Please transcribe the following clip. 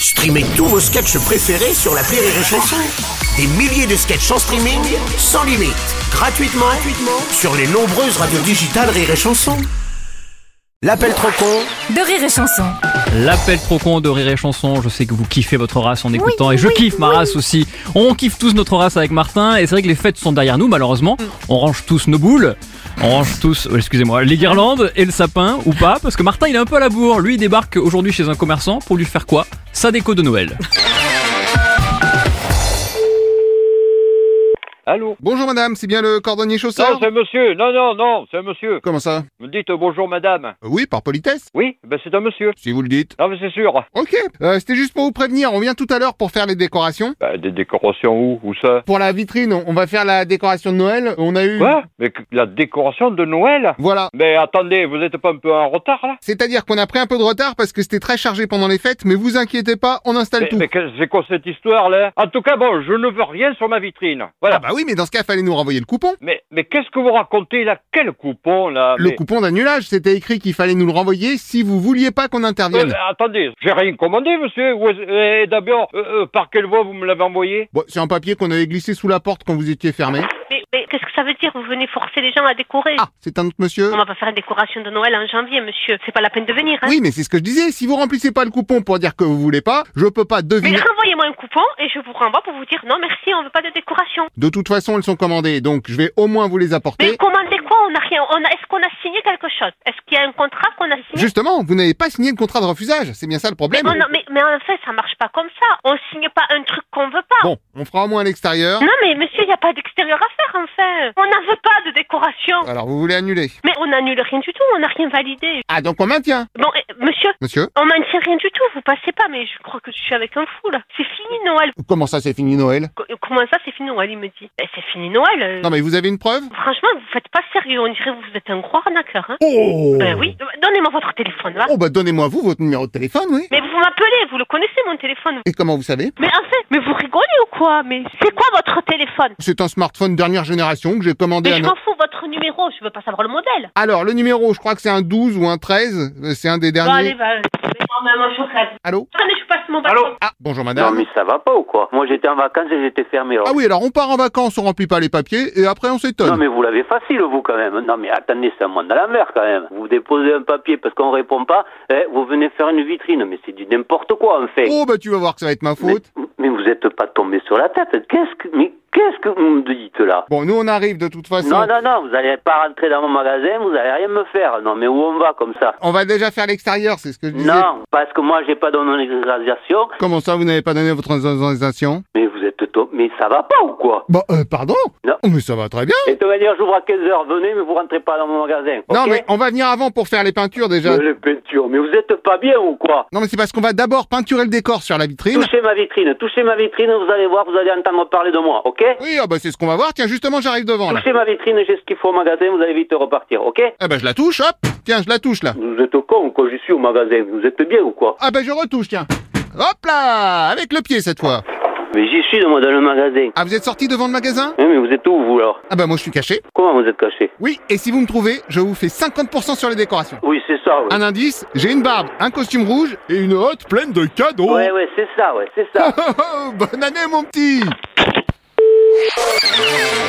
Streamez tous vos sketchs préférés sur l'appli Rire et Chanson. Des milliers de sketchs en streaming, sans limite, gratuitement sur les nombreuses radios digitales Rire et Chanson. L'appel trop con de Rire et Chanson. L'appel trop con de Rire et Chanson. Je sais que vous kiffez votre race en écoutant, et je kiffe ma race aussi. On kiffe tous notre race avec Martin, et c'est vrai que les fêtes sont derrière nous malheureusement. On range tous nos boules, on range tous, excusez-moi, les guirlandes et le sapin, ou pas, parce que Martin il est un peu à la bourre. Lui il débarque aujourd'hui chez un commerçant pour lui faire quoi? Sa déco de Noël. Allô? Bonjour madame, c'est bien le cordonnier chausseur? Non, c'est monsieur. Non, c'est un monsieur. Comment ça? Vous me dites bonjour madame. Oui, par politesse. Oui, ben c'est un monsieur. Si vous le dites. Non, mais c'est sûr. Ok, c'était juste pour vous prévenir, on vient tout à l'heure pour faire les décorations. Bah, des décorations où? Où ça? Pour la vitrine, on va faire la décoration de Noël, on a eu... Quoi? Mais la décoration de Noël? Voilà. Mais attendez, vous êtes pas un peu en retard là? C'est-à-dire qu'on a pris un peu de retard parce que c'était très chargé pendant les fêtes, mais vous inquiétez pas, on installe tout. Mais c'est quoi cette histoire là? En tout cas, bon, je ne veux rien sur ma vitrine. Voilà. Ah bah oui, mais dans ce cas, fallait nous renvoyer le coupon. Mais qu'est-ce que vous racontez là? Quel coupon là? Le coupon d'annulage, c'était écrit qu'il fallait nous le renvoyer si vous vouliez pas qu'on intervienne. Attendez, j'ai rien commandé monsieur. Et d'abord, par quelle voie vous me l'avez envoyé? Bon, c'est un papier qu'on avait glissé sous la porte quand vous étiez fermé. Mais qu'est-ce que ça veut dire? Vous venez forcer les gens à décorer? Ah, c'est un autre monsieur. On va pas faire une décoration de Noël en janvier, monsieur. C'est pas la peine de venir, hein. Oui, mais c'est ce que je disais. Si vous remplissez pas le coupon pour dire que vous voulez pas, je peux pas deviner. Mais renvoyez-moi un coupon et je vous renvoie pour vous dire non merci, on veut pas de décoration. De toute façon, elles sont commandées, donc je vais au moins vous les apporter. Mais commandez quoi? On a rien. Est-ce qu'on a signé quelque chose? Est-ce qu'il y a un contrat qu'on a signé? Justement, vous n'avez pas signé le contrat de refusage. C'est bien ça le problème. Mais en fait, ça marche pas comme ça. On signe pas un truc qu'on veut pas. Bon, on fera au moins à l'extérieur. Non mais monsieur, il y a pas d'extérieur à faire en fait. On n'en veut pas de décoration. Alors vous voulez annuler? Mais on n'annule rien du tout, on n'a rien validé. Ah, donc on maintient. Bon, monsieur, Monsieur? on maintient rien du tout, vous passez pas, mais je crois que je suis avec un fou là. C'est fini Noël. Comment ça, c'est fini Noël? Comment ça, c'est fini Noël, il me dit. C'est fini Noël. Non mais vous avez une preuve? Franchement, vous faites pas sérieux, on dirait que vous êtes un gros arnaqueur, hein. Oh! Ben oui, donnez-moi votre téléphone, là. Oh bah donnez-moi vous votre numéro de téléphone, oui. Mais vous m'appelez, vous le connaissez mon téléphone. Et comment vous savez? Mais en fait, mais vous rigolez ou quoi? Mais c'est quoi votre téléphone? C'est un smartphone dernière génération que j'ai commandé Mais à je m'en fous, votre numéro, je veux pas savoir le modèle. Alors, le numéro, je crois que c'est un 12 ou un 13, c'est un des Bon, derniers. allez, mets-moi je rêve. Allô? Attendez, je passe mon bâton. Allô? Ah, bonjour Non madame. mais ça va pas ou quoi? Moi j'étais en vacances et j'étais fermé. Alors. Ah oui, alors on part en vacances, on remplit pas les papiers, et après on s'étonne. Non mais vous l'avez facile vous quand même. Non mais attendez, c'est un monde à l'envers quand même. Vous déposez un papier parce qu'on répond pas, vous venez faire une vitrine, mais c'est du n'importe quoi en fait. Oh bah tu vas voir que ça va être ma faute. Mais vous êtes pas tombé sur la tête. Qu'est-ce que vous me dites là? Bon, nous on arrive de toute façon. Non, vous allez pas rentrer dans mon magasin, vous allez rien me faire. Non mais où on va comme ça? On va déjà faire l'extérieur, c'est ce que je disais. Non, parce que moi j'ai pas donné mon autorisation. Comment ça, vous n'avez pas donné votre autorisation? Mais vous êtes mais ça va pas ou quoi? Bah, pardon? Non. Oh, mais ça va très bien. Et de manière, j'ouvre à 15h, venez, mais vous rentrez pas dans mon magasin. Non, okay? mais on va venir avant pour faire les peintures déjà. Les peintures, mais vous êtes pas bien ou quoi? Non, mais c'est parce qu'on va d'abord peinturer le décor sur la vitrine. Touchez ma vitrine, vous allez voir, vous allez entendre parler de moi, ok? Oui, ah bah c'est ce qu'on va voir. Tiens, justement, j'arrive devant là. Touchez ma vitrine, j'ai ce qu'il faut au magasin, vous allez vite repartir, ok? Ah bah je la touche, hop. Tiens, je la touche là. Vous êtes con ou quoi? Je suis au magasin, vous êtes bien ou quoi? Ah bah je retouche, tiens. Hop là, avec le pied cette fois. Mais j'y suis moi dans le magasin. Ah, vous êtes sorti devant le magasin? Oui, mais vous êtes où vous alors? Ah bah moi je suis caché. Comment vous êtes caché? Oui, et si vous me trouvez, je vous fais 50% sur les décorations. Oui, c'est ça, oui. Un indice, j'ai une barbe, un costume rouge et une hotte pleine de cadeaux. Ouais, c'est ça, c'est ça. Bonne année mon petit.